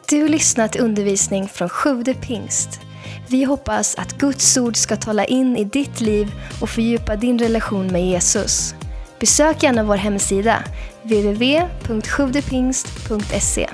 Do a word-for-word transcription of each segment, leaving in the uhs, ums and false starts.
Du har lyssnat till undervisning från Skövde Pingst. Vi hoppas att Guds ord ska tala in i ditt liv och fördjupa din relation med Jesus. Besök gärna vår hemsida w w w punkt skövdepingst punkt se.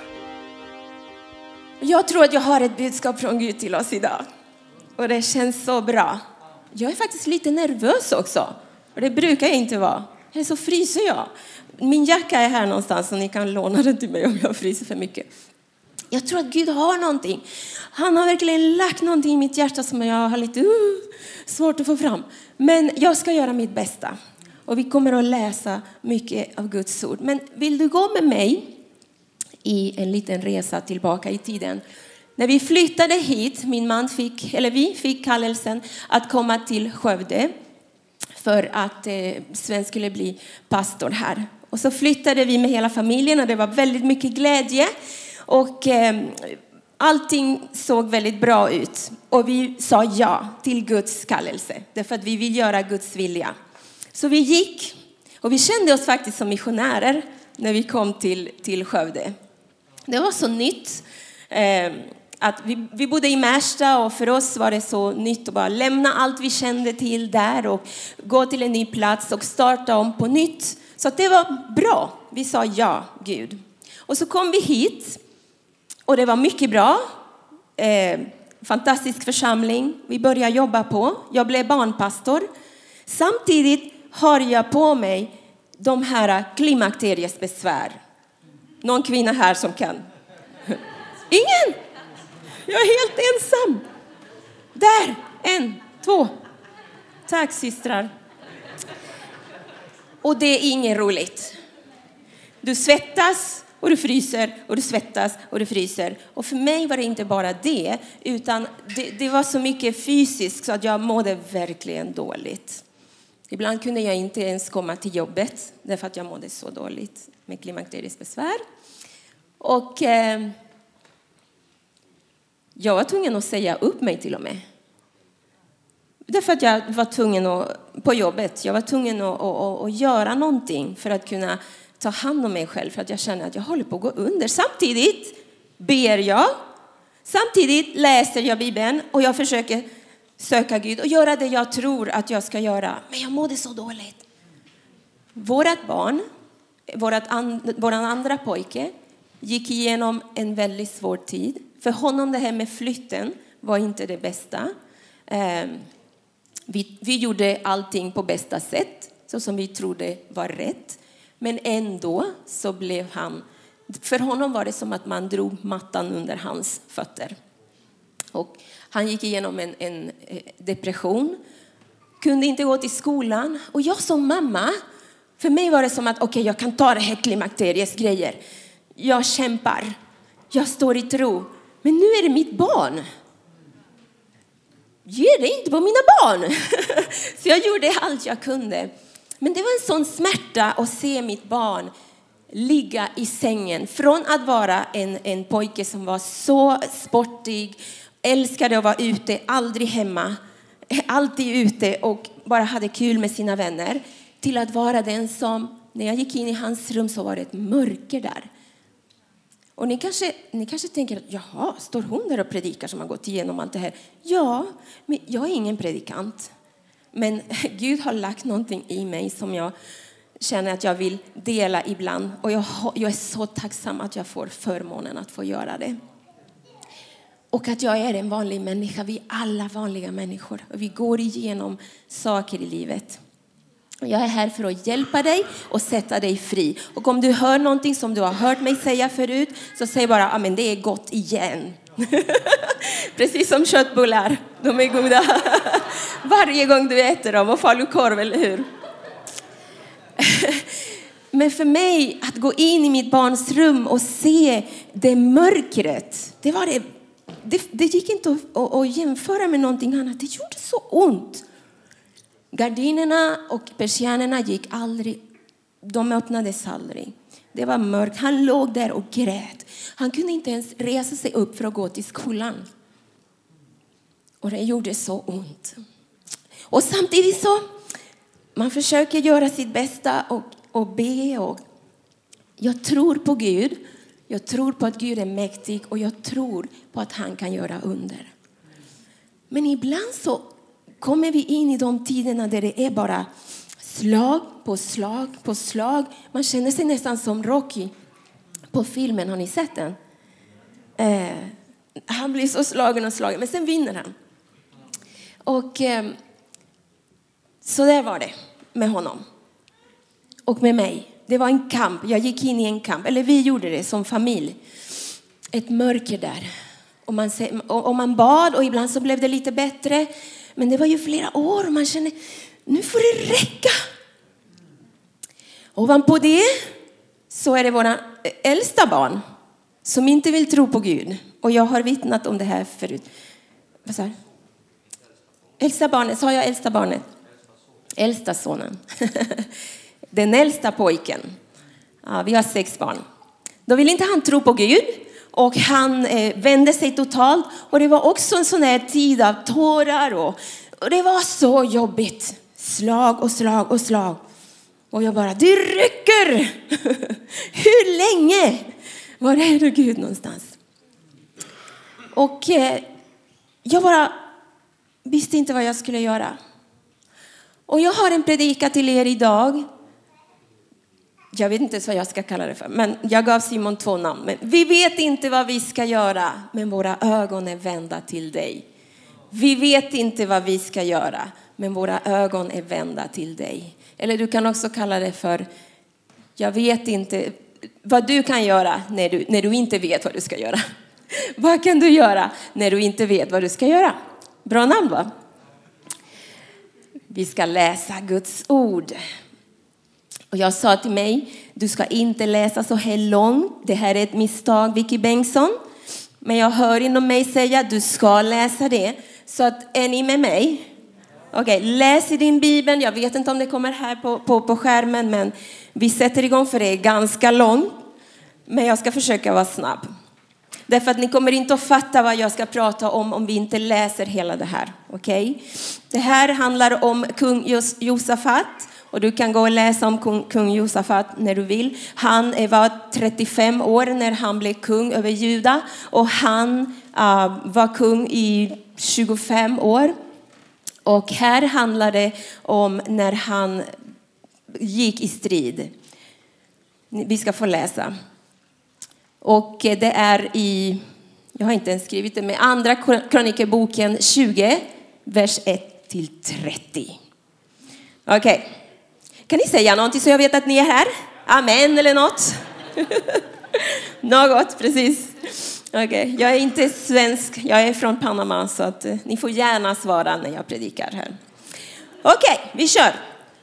Jag tror att jag har ett budskap från Gud till oss idag. Och det känns så bra. Jag är faktiskt lite nervös också. Och det brukar jag inte vara. Eller så fryser jag. Min jacka är här någonstans så ni kan låna den till mig om jag fryser för mycket. Jag tror att Gud har någonting. Han har verkligen lagt någonting i mitt hjärta som jag har lite uh, svårt att få fram. Men jag ska göra mitt bästa. Och vi kommer att läsa mycket av Guds ord. Men vill du gå med mig i en liten resa tillbaka i tiden? När vi flyttade hit, min man fick, eller vi fick kallelsen att komma till Skövde. För att eh, Sven skulle bli pastor här. Och så flyttade vi med hela familjen och det var väldigt mycket glädje. Och eh, allting såg väldigt bra ut. Och vi sa ja till Guds kallelse. Därför att vi vill göra Guds vilja. Så vi gick. Och vi kände oss faktiskt som missionärer när vi kom till, till Skövde. Det var så nytt. Eh, att vi, vi bodde i Märsta och för oss var det så nytt att bara lämna allt vi kände till där. Och gå till en ny plats och starta om på nytt. Så att det var bra. Vi sa ja, Gud. Och så kom vi hit. Och det var mycket bra. Eh, fantastisk församling. Vi började jobba på. Jag blev barnpastor. Samtidigt har jag på mig de här klimakteriesbesvär. Någon kvinna här som kan. Ingen! Jag är helt ensam. Där, en, två. Tack systrar. Och det är inget roligt. Du svettas. Och du fryser, och du svettas, och du fryser. Och för mig var det inte bara det. Utan det, det var så mycket fysiskt så att jag mådde verkligen dåligt. Ibland kunde jag inte ens komma till jobbet. Därför att jag mådde så dåligt med klimakteriesbesvär. Och eh, jag var tvungen att säga upp mig till och med. Därför att jag var tvungen att, på jobbet. Jag var tvungen att, att, att, att göra någonting för att kunna ta hand om mig själv, för att jag känner att jag håller på att gå under. Samtidigt ber jag. Samtidigt läser jag Bibeln och jag försöker söka Gud och göra det jag tror att jag ska göra. Men jag mådde så dåligt. Vårat barn, vårat and, våran andra pojke, gick igenom en väldigt svår tid. För honom det här med flytten var inte det bästa. Eh, vi, vi gjorde allting på bästa sätt, så som vi trodde var rätt. Men ändå så blev han, för honom var det som att man drog mattan under hans fötter. Och han gick igenom en, en depression, kunde inte gå till skolan. Och jag som mamma, för mig var det som att okej, okay, jag kan ta det här klimakteriets grejer. Jag kämpar, jag står i tro. Men nu är det mitt barn. Ge det inte på mina barn. Så jag gjorde allt jag kunde. Men det var en sån smärta att se mitt barn ligga i sängen. Från att vara en, en pojke som var så sportig, älskade att vara ute, aldrig hemma, alltid ute och bara hade kul med sina vänner. Till att vara den som, när jag gick in i hans rum så var det ett mörker där. Och ni kanske, ni kanske tänker att jaha, står hon där och predikar som har gått igenom allt det här? Ja, men jag är ingen predikant. Men Gud har lagt någonting i mig som jag känner att jag vill dela ibland. Och jag, jag är så tacksam att jag får förmånen att få göra det. Och att jag är en vanlig människa. Vi är alla vanliga människor. Och vi går igenom saker i livet. Och jag är här för att hjälpa dig och sätta dig fri. Och om du hör någonting som du har hört mig säga förut, så säg bara, ja men det är gott igen. Precis som köttbullar. De är goda. Varje gång du äter dem. Och falukorv, eller hur? Men för mig att gå in i mitt barns rum och se det mörkret. Det, var det, det, det gick inte att, att, att jämföra med någonting annat. Det gjorde så ont. Gardinerna och persianerna gick aldrig. De öppnades aldrig. Det var mörkt. Han låg där och grät. Han kunde inte ens resa sig upp för att gå till skolan. Och det gjorde så ont. Och samtidigt så, man försöker göra sitt bästa och, och be. Och jag tror på Gud. Jag tror på att Gud är mäktig och jag tror på att han kan göra under. Men ibland så kommer vi in i de tiderna där det är bara slag på slag på slag. Man känner sig nästan som Rocky på filmen. Har ni sett den? Eh, han blir så slagen och slagen, men sen vinner han. Och eh, så där var det med honom. Och med mig. Det var en kamp. Jag gick in i en kamp. Eller vi gjorde det som familj. Ett mörker där. Och man, och man bad och ibland så blev det lite bättre. Men det var ju flera år och man kände, nu får det räcka. Ovanpå det så är det våra äldsta barn som inte vill tro på Gud. Och jag har vittnat om det här förut. Vad sa jag? Äldsta barnet, sa jag äldsta barnet? Äldsta sonen. Den äldsta pojken. Ja, vi har sex barn. Då vill inte han tro på Gud. Och han eh, vände sig totalt. Och det var också en sån här tid av tårar. Och, och det var så jobbigt. Slag och slag och slag. Och jag bara, det räcker! Hur länge? Var är du Gud någonstans? Och eh, jag bara visste inte vad jag skulle göra. Och jag har en predika till er idag. Jag vet inte vad jag ska kalla det för. Men jag gav Simon två namn. Men vi vet inte vad vi ska göra. Men våra ögon är vända till dig. Vi vet inte vad vi ska göra. Men våra ögon är vända till dig. Eller du kan också kalla det för. Jag vet inte vad du kan göra när du, när du inte vet vad du ska göra. Vad kan du göra när du inte vet vad du ska göra? Bra namn, va? Vi ska läsa Guds ord. Och jag sa till mig, du ska inte läsa så här långt. Det här är ett misstag, Vicky Bengtsson. Men jag hör inom mig säga, du ska läsa det. Så att, är ni med mig? Okej, okay, läs i din bibel. Jag vet inte om det kommer här på, på, på skärmen. Men vi sätter igång för det är ganska långt. Men jag ska försöka vara snabb. Därför att ni kommer inte att fatta vad jag ska prata om om vi inte läser hela det här. Okej? Okay? Det här handlar om kung Jos- Josafat. Och du kan gå och läsa om kung, kung Josafat när du vill. Han var trettiofem år när han blev kung över Juda. Och han uh, var kung i tjugofem år. Och här handlar det om när han gick i strid. Vi ska få läsa. Och det är i, jag har inte ens skrivit det, med andra kronikerboken tjugo, vers ett till trettio. Okej. Okay. Kan ni säga någonting så jag vet att ni är här? Amen eller något? Något, precis. Okej, okay. Jag är inte svensk, jag är från Panama så att ni får gärna svara när jag predikar här. Okej, okay, vi kör.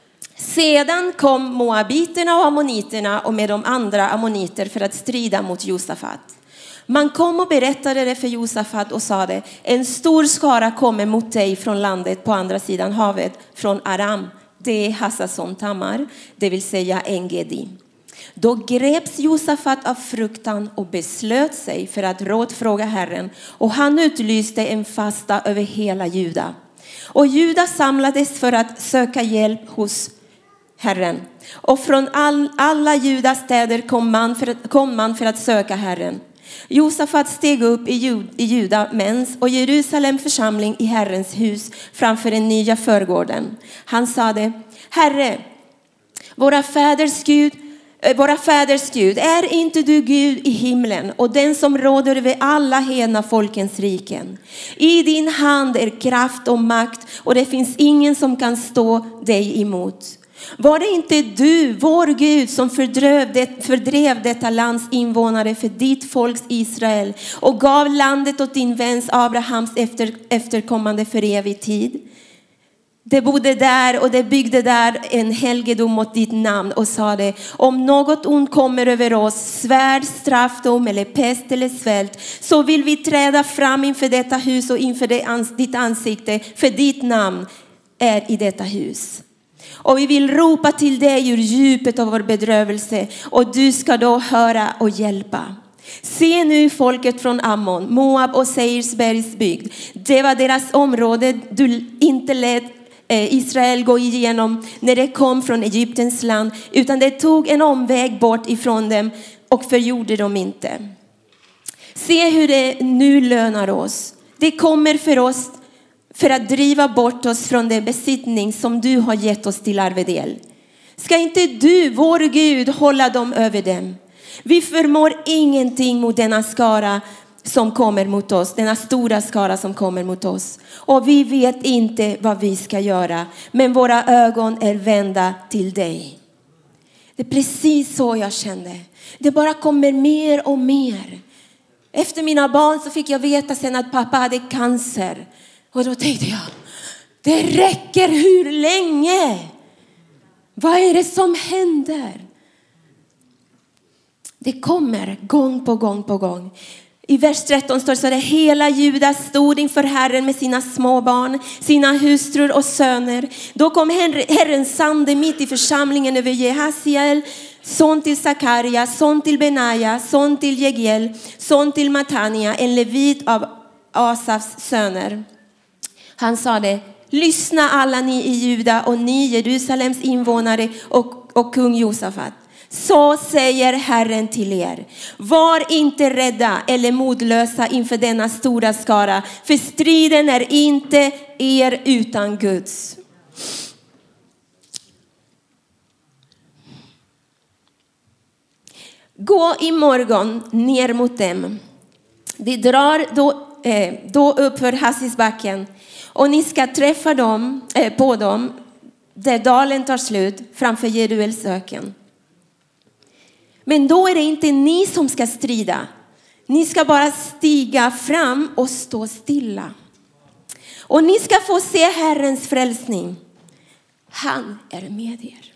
Sedan kom moabiterna och ammoniterna och med de andra ammoniter för att strida mot Josafat. Man kom och berättade det för Josafat och sa det. En stor skara kommer mot dig från landet på andra sidan havet, från Aram. Det är Hassason Tamar, det vill säga Engedi. Då greps Josafat av fruktan och beslöt sig för att rådfråga Herren. Och han utlyste en fasta över hela Juda. Och Juda samlades för att söka hjälp hos Herren. Och från all, alla Judas städer kom man, för att, kom man för att söka Herren. Josafat steg upp i, Jud, i Juda mens och Jerusalem församling i Herrens hus framför den nya förgården. Han sade, Herre, våra fäders Gud, våra fäders Gud, är inte du Gud i himlen och den som råder över alla hedna folkens riken? I din hand är kraft och makt och det finns ingen som kan stå dig emot. Var det inte du, vår Gud, som fördrev, det, fördrev detta lands invånare för ditt folks Israel och gav landet åt din väns Abrahams efter, efterkommande för evig tid? Det bodde där och det byggde där en helgedom åt ditt namn och sa det, om något ont kommer över oss, svärd, straffdom eller pest eller svält, så vill vi träda fram inför detta hus och inför det ans- ditt ansikte, för ditt namn är i detta hus. Och vi vill ropa till dig ur djupet av vår bedrövelse och du ska då höra och hjälpa. Se nu folket från Ammon, Moab och Seirsbergs bygd. Det var deras område du inte lät Israel gå igenom när det kom från Egyptens land, utan det tog en omväg bort ifrån dem och förgjorde dem inte. Se hur det nu lönar oss. Det kommer för oss för att driva bort oss från den besittning som du har gett oss till arvedel. Ska inte du, vår Gud, hålla dem över dem? Vi förmår ingenting mot denna skara som kommer mot oss. Denna stora skara som kommer mot oss. Och vi vet inte vad vi ska göra. Men våra ögon är vända till dig. Det är precis så jag kände. Det bara kommer mer och mer. Efter mina barn så fick jag veta sen att pappa hade cancer. Och då tänkte jag, det räcker hur länge? Vad är det som händer? Det kommer gång på gång på gång. I vers tretton står det så att hela Juda stod inför Herren med sina små barn, sina hustrur och söner. Då kom Herrens ande mitt i församlingen över Jehasiel, son till Sakaria, son till Benaja, son till Jegiel, son till Matania, en levit av Asafs söner. Han sa det, lyssna alla ni i Juda och ni Jerusalems invånare och, och kung Josafat. Så säger Herren till er. Var inte rädda eller modlösa inför denna stora skara. För striden är inte er utan Guds. Gå imorgon ner mot dem. De drar då, eh, då upp för Hassisbacken. Och ni ska träffa dem, eh, på dem där dalen tar slut framför Jeruels öken. Men då är det inte ni som ska strida. Ni ska bara stiga fram och stå stilla. Och ni ska få se Herrens frälsning. Han är med er.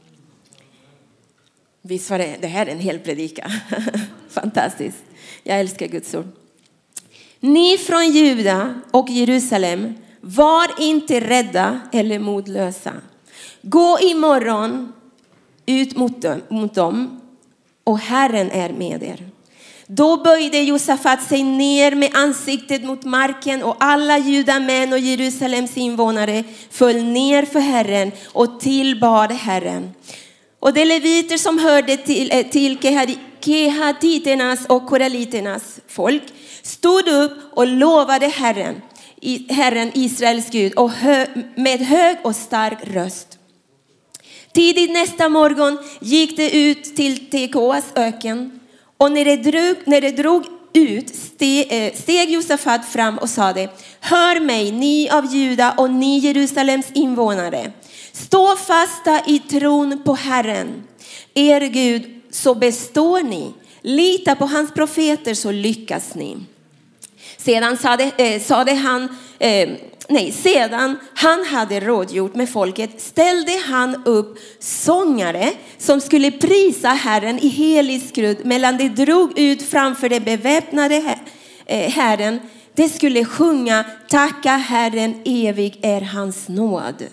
Visst var det, det här är en hel predika. Fantastiskt. Jag älskar Guds ord. Ni från Juda och Jerusalem, var inte rädda eller modlösa. Gå imorgon ut mot dem, mot dem och Herren är med er. Då böjde Josafat sig ner med ansiktet mot marken och alla judamän och Jerusalems invånare föll ner för Herren och tillbad Herren. Och de leviter som hörde till, till kehatiternas och koraliternas folk stod upp och lovade Herren, Herren Israels Gud och hö, med hög och stark röst. Tidigt nästa morgon gick det ut till Tekoas öken. Och när det drog, när det drog ut steg, steg Josafat fram och sade: hör mig, ni av Juda och ni Jerusalems invånare. Stå fasta i tron på Herren, er Gud, så består ni. Lita på hans profeter så lyckas ni. Sedan sade, eh, sade han... Eh, Nej, sedan han hade rådgjort med folket ställde han upp sångare som skulle prisa Herren i helig skrudd mellan de drog ut framför det beväpnade Herren. Det skulle sjunga: tacka Herren, evig är hans nåd.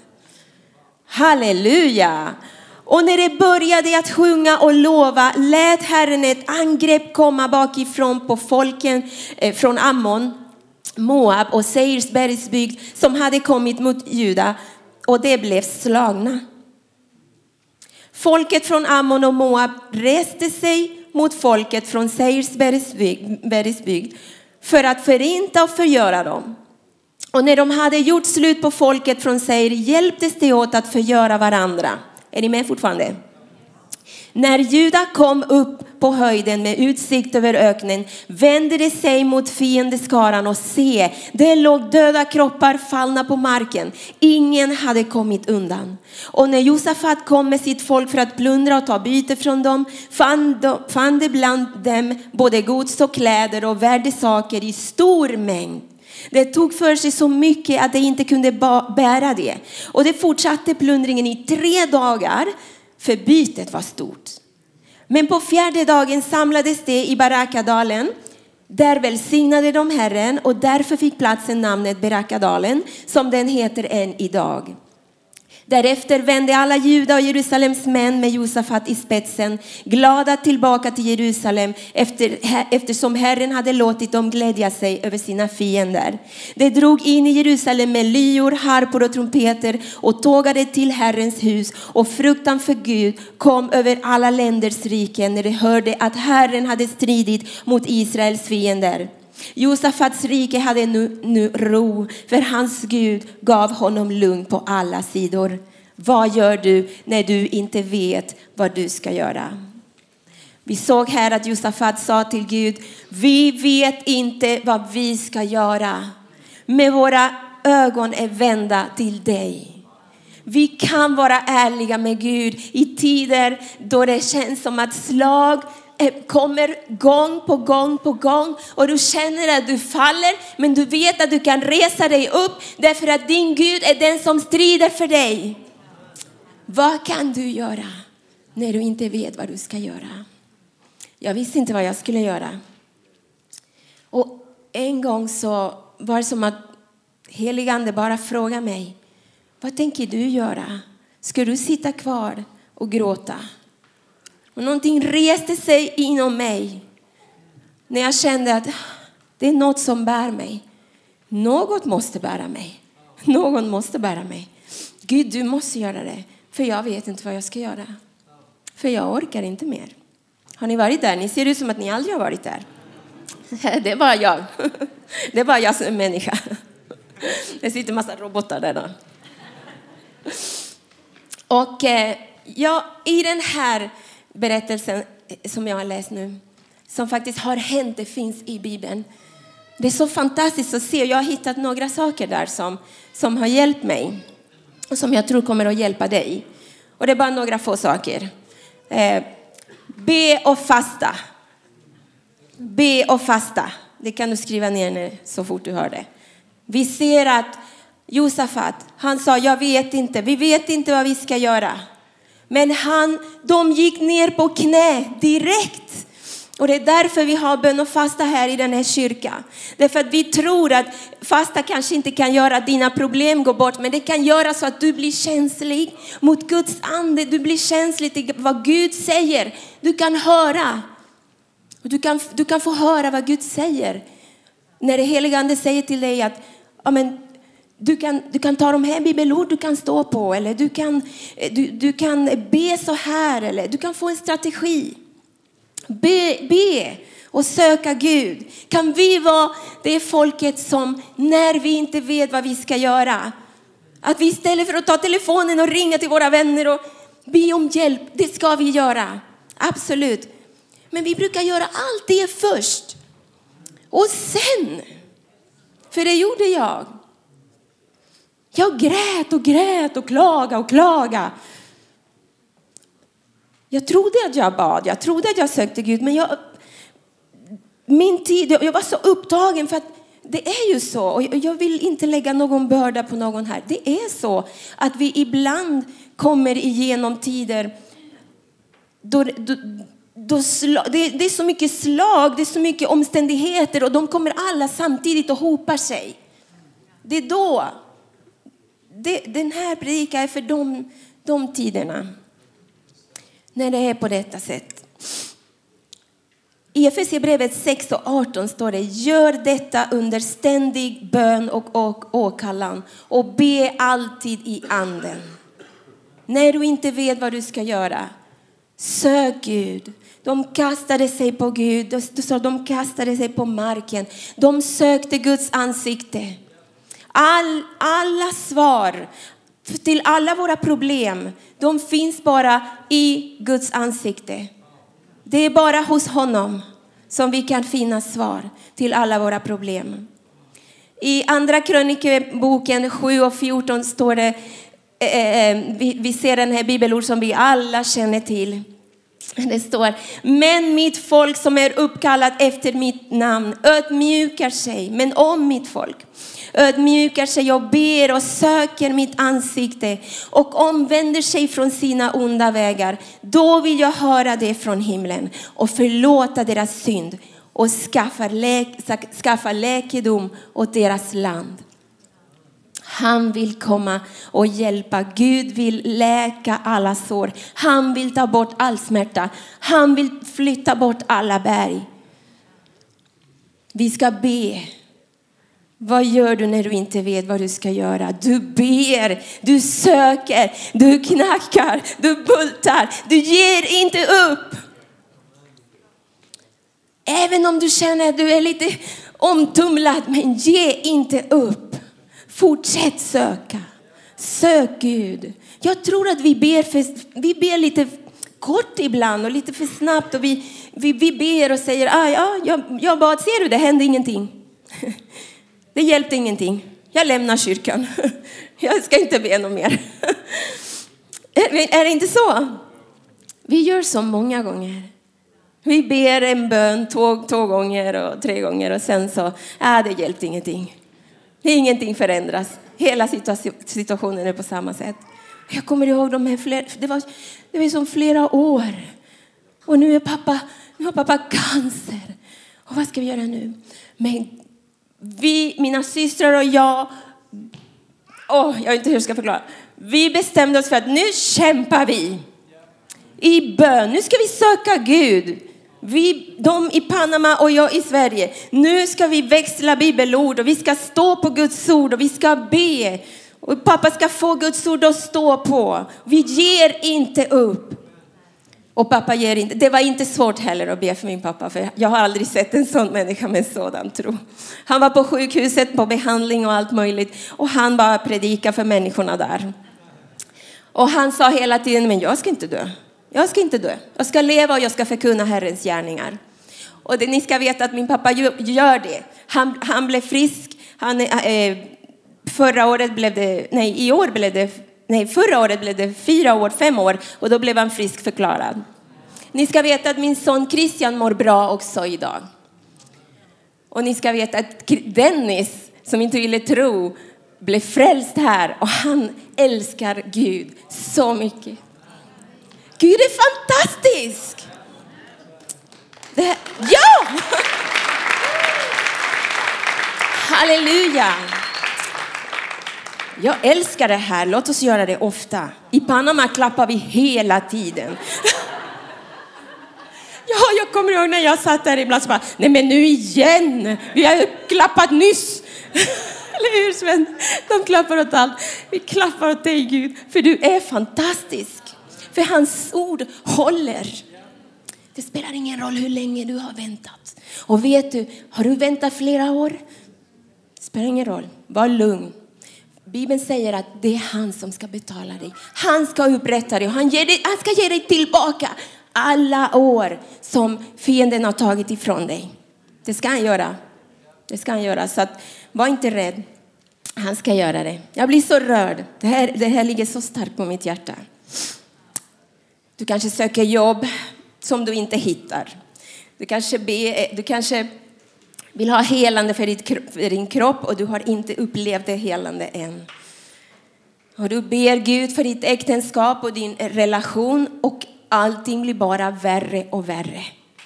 Halleluja! Och när det började att sjunga och lova lät Herren ett angrepp komma bakifrån på folken eh, från Ammon, Moab och Seirs bergsbygd som hade kommit mot Juda, och det blev slagna. Folket från Ammon och Moab reste sig mot folket från Seirs bergsbygd för att förinta och förgöra dem. Och när de hade gjort slut på folket från Seir hjälptes de åt att förgöra varandra. Är ni med fortfarande? När Juda kom upp på höjden med utsikt över öknen vände det sig mot fiendeskaran och se, det låg döda kroppar fallna på marken. Ingen hade kommit undan. Och när Josafat kom med sitt folk för att plundra och ta byte från dem, fann, de, fann det bland dem både gods och kläder och värdesaker i stor mängd. Det tog för sig så mycket att de inte kunde bära det. Och det fortsatte plundringen i tre dagar. För bytet var stort. Men på fjärde dagen samlades det i Barakadalen. Där välsignade de Herren, och därför fick platsen namnet Barakadalen, som den heter än idag. Därefter vände alla Juda och Jerusalems män med Josafat i spetsen, glada tillbaka till Jerusalem efter, eftersom Herren hade låtit dem glädja sig över sina fiender. De drog in i Jerusalem med lyor, harpor och trumpeter och tågade till Herrens hus, och fruktan för Gud kom över alla länders riken när de hörde att Herren hade stridit mot Israels fiender. Josafats rike hade nu, nu ro, för hans Gud gav honom lugn på alla sidor. Vad gör du när du inte vet vad du ska göra? Vi såg här att Josafat sa till Gud: vi vet inte vad vi ska göra, men våra ögon är vända till dig. Vi kan vara ärliga med Gud i tider då det känns som att slag kommer gång på gång på gång, och du känner att du faller, men du vet att du kan resa dig upp därför att din Gud är den som strider för dig. Vad kan du göra när du inte vet vad du ska göra? Jag visste inte vad jag skulle göra. Och en gång så var det som att heligande bara frågade mig: vad tänker du göra? Ska du sitta kvar och gråta? Och någonting reste sig inom mig när jag kände att det är något som bär mig. Något måste bära mig. Någon måste bära mig. Gud, du måste göra det. För jag vet inte vad jag ska göra. För jag orkar inte mer. Har ni varit där? Ni ser ut som att ni aldrig har varit där. Det är bara jag. Det är bara jag som är människa. Det sitter en massa robotar där då. Och ja, i den här berättelsen som jag har läst nu, som faktiskt har hänt, det finns i Bibeln. Det är så fantastiskt att se. Jag har hittat några saker där som, som har hjälpt mig. Och som jag tror kommer att hjälpa dig. Och det är bara några få saker. Eh, be och fasta. Be och fasta. Det kan du skriva ner nu så fort du hör det. Vi ser att Josafat, han sa: jag vet inte. Vi vet inte vad vi ska göra. Men han, de gick ner på knä direkt. Och det är därför vi har bön och fasta här i den här kyrkan. Därför att vi tror att fasta kanske inte kan göra att dina problem går bort. Men det kan göra så att du blir känslig mot Guds ande. Du blir känslig till vad Gud säger. Du kan höra. Och du kan, du kan få höra vad Gud säger. När det heliga ande säger till dig att ja, men, du, kan, du kan ta de här bibelord du kan stå på. Eller du kan, du, du kan be så här. Eller du kan få en strategi. Be, be och söka Gud. Kan vi vara det folket som, när vi inte vet vad vi ska göra, att vi istället för att ta telefonen och ringa till våra vänner och be om hjälp, det ska vi göra. Absolut. Men vi brukar göra allt det först. Och sen, för det gjorde jag. Jag grät och grät och klaga och klaga. Jag trodde att jag bad. Jag trodde att jag sökte Gud. Men jag, min tid, jag var så upptagen för att det är ju så. Och jag vill inte lägga någon börda på någon här. Det är så att vi ibland kommer igenom tider då, då, då slag, det, det är så mycket slag, det är så mycket omständigheter. Och de kommer alla samtidigt och hopar sig. Det är då. Det, den här predikan är för de, de tiderna. När det är på detta sätt. I Efesierbrevet sex och arton står det: gör detta under ständig bön och, och åkallan. Och be alltid i anden. När du inte vet vad du ska göra, sök Gud. De kastade sig på Gud. De kastade sig på marken. De sökte Guds ansikte. All, alla svar till alla våra problem, de finns bara i Guds ansikte. Det är bara hos honom som vi kan finna svar till alla våra problem. I andra krönikeboken sju och fjorton står det, eh, vi, vi ser den här bibelord som vi alla känner till. Det står: men mitt folk som är uppkallat efter mitt namn ödmjukar sig. Men om mitt folk ödmjukar sig och ber och söker mitt ansikte och omvänder sig från sina onda vägar, då vill jag höra det från himlen och förlåta deras synd och skaffa, lä- skaffa läkedom åt deras land. Han vill komma och hjälpa. Gud vill läka alla sår. Han vill ta bort all smärta. Han vill flytta bort alla berg. Vi ska be. Vad gör du när du inte vet vad du ska göra? Du ber, du söker, du knackar, du bultar. Du ger inte upp. Även om du känner att du är lite omtumlad, men ge inte upp. Fortsätt söka. Sök Gud. Jag tror att vi ber, för, vi ber lite kort ibland och lite för snabbt. Och vi, vi, vi ber och säger, ah, ja, jag, jag bad, ser du, det hände ingenting. Det hjälpte ingenting. Jag lämnar kyrkan. Jag ska inte be något mer. Är det inte så? Vi gör så många gånger. Vi ber en bön två, två gånger och tre gånger. Och sen så, ah, det hjälpte ingenting. Ingenting förändras. Hela situationen är på samma sätt. Jag kommer ihåg de här flera, det var, det var som flera år. Och nu är pappa, nu har pappa cancer. Och vad ska vi göra nu? Men vi, mina systrar och jag, åh, jag vet inte hur jag ska förklara. Vi bestämde oss för att nu kämpar vi i bön. Nu ska vi söka Gud. Vi, de i Panama och jag i Sverige. Nu ska vi växla bibelord och vi ska stå på Guds ord och vi ska be. Och pappa ska få Guds ord att stå på. Vi ger inte upp. Och pappa ger inte. Det var inte svårt heller att be för min pappa. För jag har aldrig sett en sån människa med sådan tro. Han var på sjukhuset på behandling och allt möjligt. Och han bara predikade för människorna där. Och han sa hela tiden, men jag ska inte dö. Jag ska inte dö. Jag ska leva och jag ska förkunna Herrens gärningar. Och det, ni ska veta att min pappa gör det. Han, han blev frisk. Han, eh, förra året blev det, nej i år blev det, nej förra året blev det fyra år, fem år. Och då blev han frisk förklarad. Ni ska veta att min son Christian mår bra också idag. Och ni ska veta att Dennis, som inte ville tro, blev frälst här. Och han älskar Gud så mycket. Gud är fantastisk. Det här, ja! Halleluja. Jag älskar det här. Låt oss göra det ofta. I Panama klappar vi hela tiden. Ja, jag kommer ihåg när jag satt där ibland så bara, nej men nu igen. Vi har klappat nyss. Eller hur, Sven? De klappar åt allt. Vi klappar åt dig, Gud. För du är fantastisk. För hans ord håller. Det spelar ingen roll hur länge du har väntat. Och vet du, har du väntat flera år? Det spelar ingen roll. Var lugn. Bibeln säger att det är han som ska betala dig. Han ska upprätta dig och han, ger dig, han ska ge dig tillbaka alla år som fienden har tagit ifrån dig. Det ska han göra. Det ska han göra. Så att, var inte rädd. Han ska göra det. Jag blir så rörd. Det här, det här ligger så starkt på mitt hjärta. Du kanske söker jobb som du inte hittar. Du kanske, be, du kanske vill ha helande för, ditt, för din kropp och du har inte upplevt det helande än. Och du ber Gud för ditt äktenskap och din relation och allting blir bara värre och värre.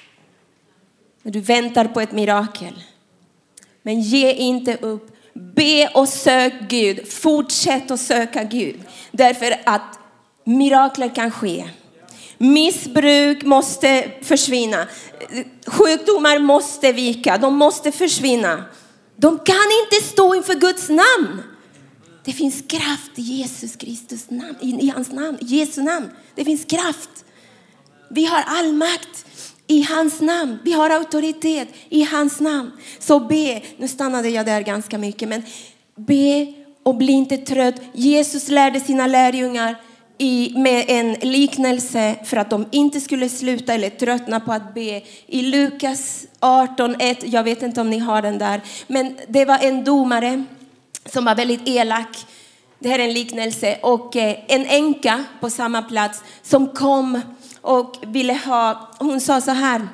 Du väntar på ett mirakel. Men ge inte upp. Be och sök Gud. Fortsätt att söka Gud. Därför att mirakler kan ske. Missbruk måste försvinna. Sjukdomar måste vika. De måste försvinna. De kan inte stå inför Guds namn. Det finns kraft i Jesus Kristus namn. I hans namn. Jesu namn. Det finns kraft. Vi har all makt i hans namn. Vi har auktoritet i hans namn. Så be. Nu stannade jag där ganska mycket. Men be och bli inte trött. Jesus lärde sina lärjungar i, med en liknelse för att de inte skulle sluta eller tröttna på att be. I Lukas arton ett, jag vet inte om ni har den där. Men det var en domare som var väldigt elak. Det här är en liknelse. Och en änka på samma plats som kom och ville ha, hon sa så här.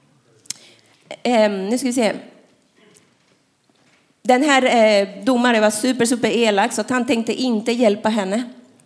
Um, nu ska vi se. Den här eh, domaren var super, super elak så att han tänkte inte hjälpa henne.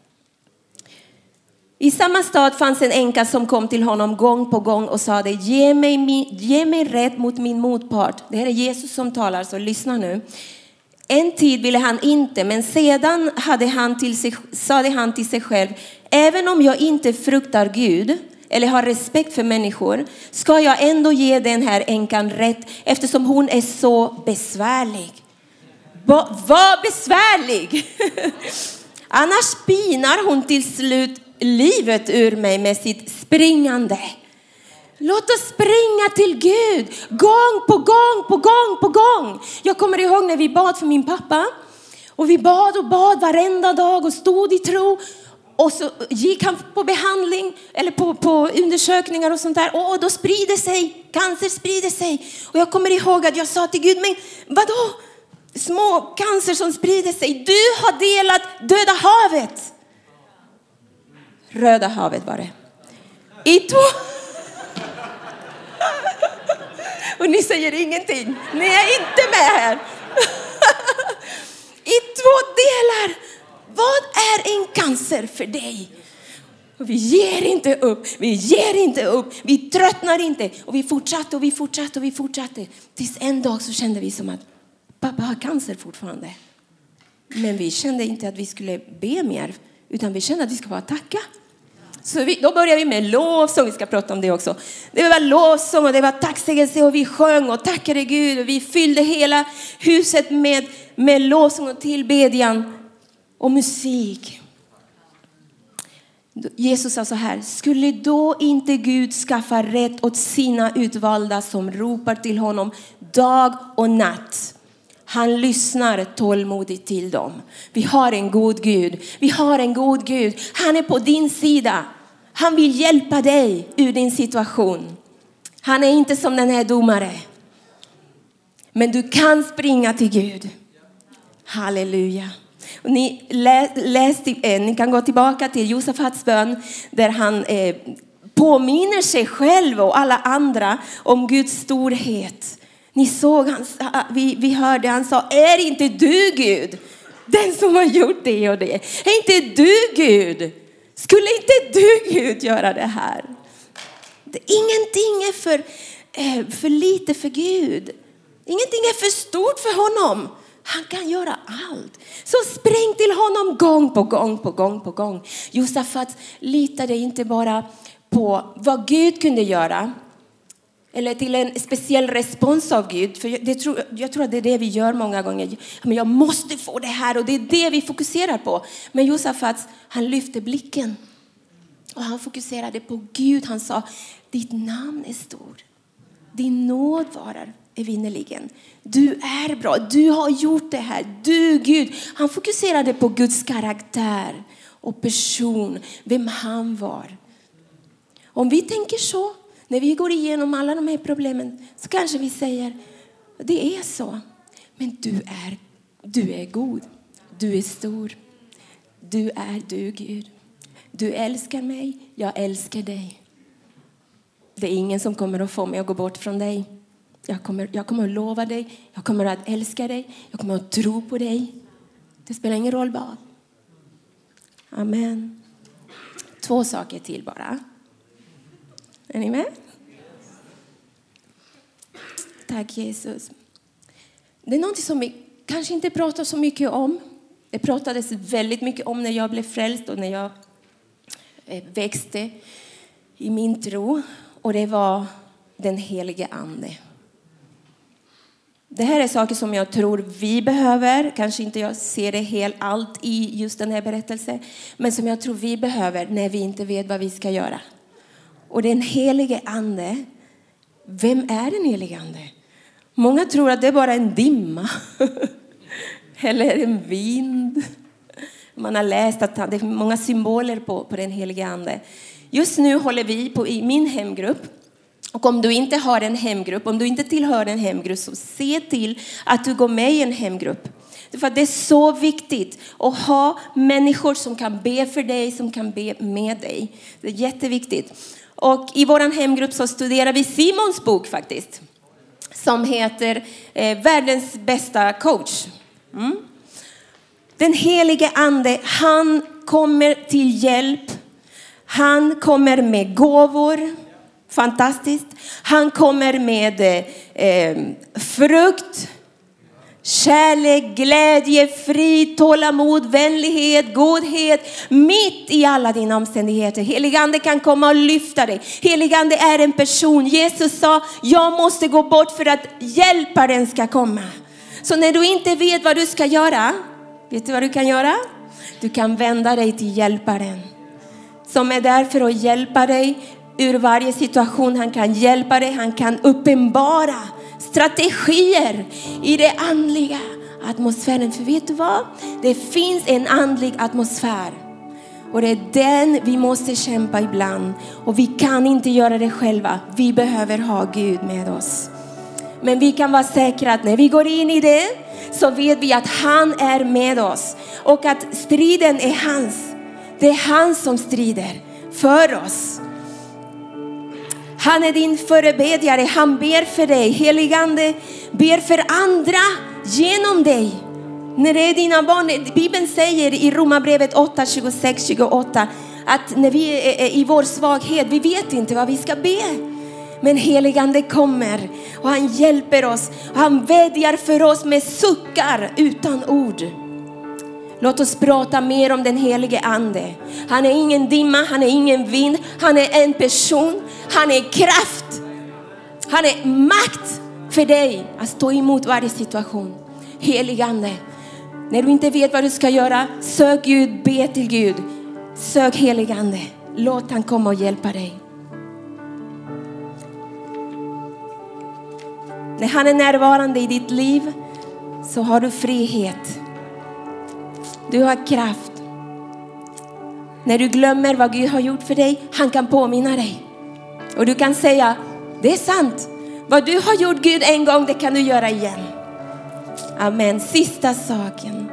I samma stad fanns en änka som kom till honom gång på gång och sa det. Ge mig, min, ge mig rätt mot min motpart. Det här är Jesus som talar, så lyssna nu. En tid ville han inte, men sedan hade han till sig, sade han till sig själv: även om jag inte fruktar Gud eller har respekt för människor, ska jag ändå ge den här änkan rätt, eftersom hon är så besvärlig. Va, var besvärlig! Annars pinar hon till slut livet ur mig med sitt springande. Låt oss springa till Gud. Gång på gång på gång på gång. Jag kommer ihåg när vi bad för min pappa. Och vi bad och bad varenda dag och stod i tro. Och så gick han på behandling eller på, på undersökningar och sånt där. Och då sprider sig, cancer sprider sig. Och jag kommer ihåg att jag sa till Gud: men vadå? Små cancer som sprider sig. Du har delat Döda havet. Röda havet var det. I två... Och ni säger ingenting. Ni är inte med här. I två delar. Vad är en cancer för dig? Och vi ger inte upp. Vi ger inte upp. Vi tröttnar inte. Och vi fortsatte och vi fortsatte och vi fortsatte. Tills en dag så kände vi som att pappa har cancer fortfarande. Men vi kände inte att vi skulle be mer. Utan vi kände att vi ska bara tacka. Så vi, då började vi med lovsång. Vi ska prata om det också. Det var lovsång och det var tacksägelse. Och vi sjöng och tackade Gud. Och vi fyllde hela huset med, med lovsång och tillbedjan. Och musik. Jesus sa så här: skulle då inte Gud skaffa rätt åt sina utvalda som ropar till honom dag och natt? Han lyssnar tålmodigt till dem. Vi har en god Gud. Vi har en god Gud. Han är på din sida. Han vill hjälpa dig ur din situation. Han är inte som den här domare. Men du kan springa till Gud. Halleluja. Och ni, läs, läs, eh, ni kan gå tillbaka till Josafats bön. Där han eh, påminner sig själv och alla andra om Guds storhet. Ni såg, han, vi, vi hörde, han sa: är inte du Gud? Den som har gjort det och det. Är inte du Gud? Skulle inte du Gud göra det här? Det, ingenting är för, eh, för lite för Gud. Ingenting är för stort för honom. Han kan göra allt. Så spring till honom gång på gång på gång på gång. Josafat litade inte bara på vad Gud kunde göra. Eller till en speciell respons av Gud. För det tror, jag tror att det är det vi gör många gånger. Men jag måste få det här och det är det vi fokuserar på. Men Josafat, han lyfte blicken. Och han fokuserade på Gud. Han sa: ditt namn är stor. Din nåd varar evinnerligen. Du är bra. Du har gjort det här. Du Gud. Han fokuserade på Guds karaktär och person. Vem han var. Om vi tänker så. När vi går igenom alla de här problemen så kanske vi säger: det är så. Men du är, du är god. Du är stor. Du är du Gud. Du älskar mig. Jag älskar dig. Det är ingen som kommer att få mig att gå bort från dig. Jag kommer, jag kommer att lova dig. Jag kommer att älska dig. Jag kommer att tro på dig. Det spelar ingen roll vad. Amen. Två saker till bara. Är ni med? Tack Jesus. Det är något som vi kanske inte pratar så mycket om. Det pratades väldigt mycket om när jag blev frälst och när jag växte i min tro. Och det var den helige ande. Det här är saker som jag tror vi behöver. Kanske inte jag ser det helt allt i just den här berättelsen. Men som jag tror vi behöver när vi inte vet vad vi ska göra. Och den helige ande. Vem är den helige ande? Många tror att det är bara en dimma. Eller en vind. Man har läst att det är många symboler på, på den helige ande. Just nu håller vi på i min hemgrupp. Och om du inte har en hemgrupp, om du inte tillhör en hemgrupp, så se till att du går med i en hemgrupp. För det är så viktigt att ha människor som kan be för dig, som kan be med dig. Det är jätteviktigt. Och i vår hemgrupp så studerar vi Simons bok faktiskt. Som heter eh, Världens bästa coach. Mm. Den helige ande, han kommer till hjälp. Han kommer med gåvor. Fantastiskt. Han kommer med eh, frukt. Kärlek, glädje, frid, tålamod, vänlighet, godhet. Mitt i alla dina omständigheter. Heligande kan komma och lyfta dig. Heligande är en person. Jesus sa, jag måste gå bort för att hjälparen ska komma. Så när du inte vet vad du ska göra. Vet du vad du kan göra? Du kan vända dig till hjälparen. Som är där för att hjälpa dig ur varje situation. Han kan hjälpa dig. Han kan uppenbara strategier i det andliga atmosfären. För vet du vad? Det finns en andlig atmosfär. Och det är den vi måste kämpa ibland. Och vi kan inte göra det själva. Vi behöver ha Gud med oss. Men vi kan vara säkra att när vi går in i det så vet vi att han är med oss. Och att striden är hans. Det är han som strider för oss. Han är din förebedjare. Han ber för dig. Heligande ber för andra genom dig. När det är dina barn. Bibeln säger i Romarbrevet åtta, tjugosex, tjugoåtta. Att när vi är i vår svaghet. Vi vet inte vad vi ska be. Men heligande kommer. Och han hjälper oss. Och han vädjar för oss med suckar utan ord. Låt oss prata mer om den helige ande. Han är ingen dimma, han är ingen vind. Han är en person. Han är kraft. Han är makt för dig att stå emot varje situation. Helige ande. När du inte vet vad du ska göra, sök Gud, be till Gud. Sök helige ande. Låt han komma och hjälpa dig. När han är närvarande i ditt liv så har du frihet. Du har kraft. När du glömmer vad Gud har gjort för dig, han kan påminna dig. Och du kan säga, det är sant. Vad du har gjort Gud en gång, det kan du göra igen. Amen. Sista saken.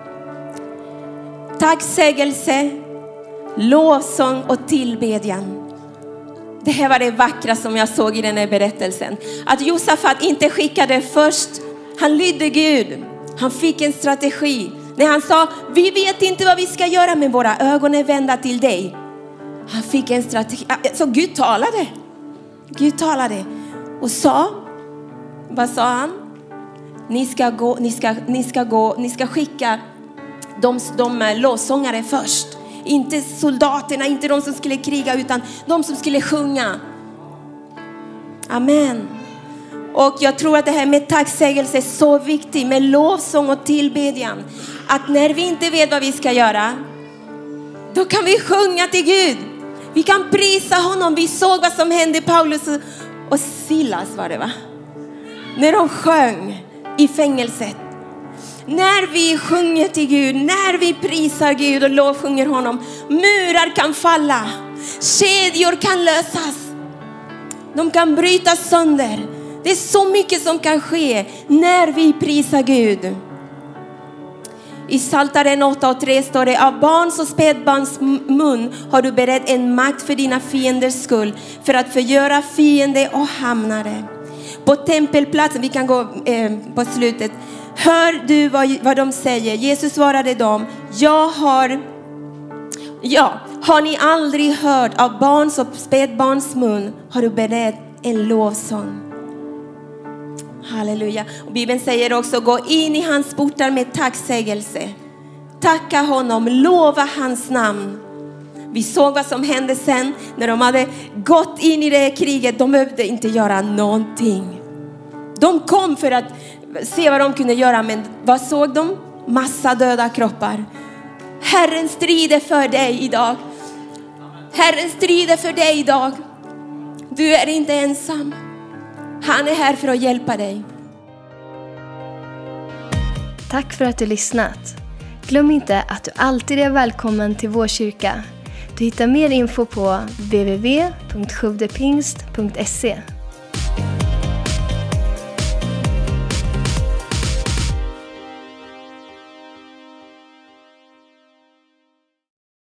Tacksägelse, lovsång och tillbedjan. Det här var det vackra som jag såg i den här berättelsen. Att Josafat inte skickade först. Han lydde Gud. Han fick en strategi. När han sa, vi vet inte vad vi ska göra, men våra ögon är vända till dig. Han fick en strategi. Så Gud talade. Gud talade. Och sa, vad sa han? Ni ska gå, ni ska, ni ska gå, ni ska skicka de, de lovsångare först. Inte soldaterna, inte de som skulle kriga, utan de som skulle sjunga. Amen. Och jag tror att det här med tacksägelse är så viktigt, med lovsång och tillbedjan. Att när vi inte vet vad vi ska göra, då kan vi sjunga till Gud. Vi kan prisa honom. Vi såg vad som hände Paulus och Silas, var det va? När de sjöng i fängelset. När vi sjunger till Gud, när vi prisar Gud och lovsjunger honom, murar kan falla, kedjor kan lösas, de kan brytas sönder. Det är så mycket som kan ske när vi prisar Gud. I Psaltaren åtta och tre står det, av barns och spädbarns mun har du berett en makt för dina fienders skull, för att förgöra fiende och hamnare. På tempelplatsen, vi kan gå eh, på slutet. Hör du vad, vad de säger? Jesus svarade dem, jag har, ja, har ni aldrig hört, av barns och spädbarns mun har du berett en lovsång. Halleluja. Och Bibeln säger också, gå in i hans portar med tacksägelse. Tacka honom, lova hans namn. Vi såg vad som hände sen när de hade gått in i det kriget. De behövde inte göra någonting. De kom för att se vad de kunde göra, men vad såg de? Massa döda kroppar. Herren strider för dig idag. Herren strider för dig idag. Du är inte ensam. Han är här för att hjälpa dig. Tack för att du lyssnat. Glöm inte att du alltid är välkommen till vår kyrka. Du hittar mer info på w w w punkt sjuvdepingst punkt se.